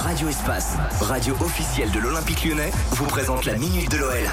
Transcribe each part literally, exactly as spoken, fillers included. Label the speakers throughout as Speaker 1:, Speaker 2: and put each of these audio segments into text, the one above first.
Speaker 1: Radio Espace, radio officielle de l'Olympique Lyonnais, vous présente la Minute de l'O L.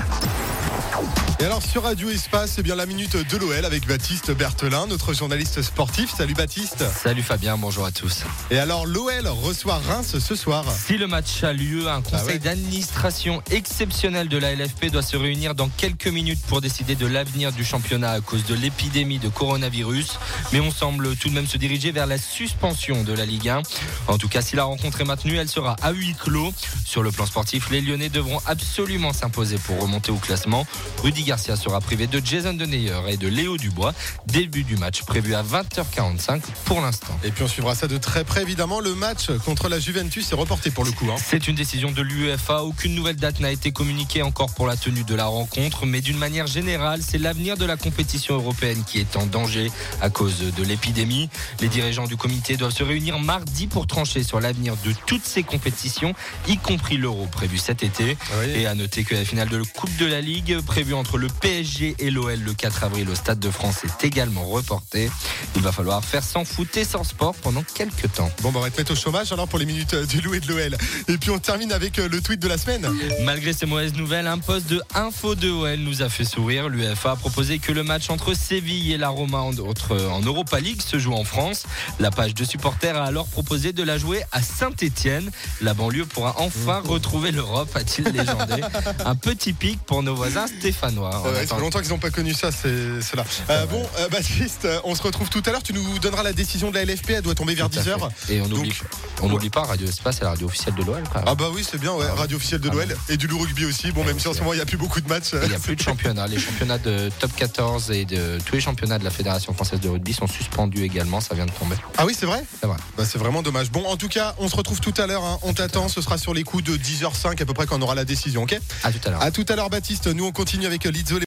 Speaker 2: Et alors sur Radio Espace, c'est bien la Minute de l'O L avec Baptiste Berthelin, notre journaliste sportif. Salut Baptiste.
Speaker 3: Salut Fabien, bonjour à tous.
Speaker 2: Et alors l'O L reçoit Reims ce soir.
Speaker 3: Si le match a lieu, un conseil ah ouais. d'administration exceptionnel de la L F P doit se réunir dans quelques minutes pour décider de l'avenir du championnat à cause de l'épidémie de coronavirus. Mais on semble tout de même se diriger vers la suspension de la Ligue un. En tout cas, si la rencontre est maintenue, elle sera à huis clos. Sur le plan sportif, les Lyonnais devront absolument s'imposer pour remonter au classement. Rudy Garcia sera privé de Jason Denayer et de Léo Dubois. Début du match prévu à vingt heures quarante-cinq pour l'instant.
Speaker 2: Et puis on suivra ça de très près évidemment. Le match contre la Juventus est reporté pour le coup. Hein.
Speaker 3: C'est une décision de l'UEFA. Aucune nouvelle date n'a été communiquée encore pour la tenue de la rencontre. Mais d'une manière générale, c'est l'avenir de la compétition européenne qui est en danger à cause de l'épidémie. Les dirigeants du comité doivent se réunir mardi pour trancher sur l'avenir de toutes ces compétitions, y compris l'Euro prévu cet été. Oui. Et à noter que la finale de la Coupe de la Ligue prévue entre le P S G et l'O L le quatre avril au Stade de France est également reportée. Il va falloir faire sans foot et sans sport pendant quelques temps.
Speaker 2: Bon, bah on va te mettre au chômage alors pour les minutes du Loup et de l'O L. Et puis on termine avec le tweet de la semaine.
Speaker 3: Malgré ces mauvaises nouvelles, un post de Info de O L nous a fait sourire. L'UEFA a proposé que le match entre Séville et la Roma en, en Europa League se joue en France. La page de supporters a alors proposé de la jouer à Saint-Etienne. La banlieue pourra enfin mmh. retrouver l'Europe, a-t-il légendé. Un petit pic pour nos voisins stéphanois.
Speaker 2: Euh, ça fait longtemps qu'ils n'ont pas connu ça, c'est cela. Euh, bon, euh, Baptiste, on se retrouve tout à l'heure. Tu nous donneras la décision de la L F P. Elle doit tomber vers dix heures.
Speaker 3: Et on n'oublie on n'oublie pas Radio Espace, c'est la radio officielle de l'O L.
Speaker 2: Ah bah oui, c'est bien, ouais. Radio officielle de l'O L et du Loup Rugby aussi. Bon, et même si en ce moment il n'y a plus beaucoup de matchs.
Speaker 3: Il n'y a plus de championnats. Les championnats de top quatorze et de tous les championnats de la Fédération française de rugby sont suspendus également. Ça vient de tomber.
Speaker 2: Ah oui, c'est vrai.
Speaker 3: C'est vrai.
Speaker 2: Bah, c'est vraiment dommage. Bon, en tout cas, on se retrouve tout à l'heure. Hein. On t'attend. Ce sera sur les coups de dix heures cinq à peu près quand on aura la décision. Ok.
Speaker 3: À tout à l'heure.
Speaker 2: À tout à l'heure, Baptiste. Nous on continue avec Lizzo.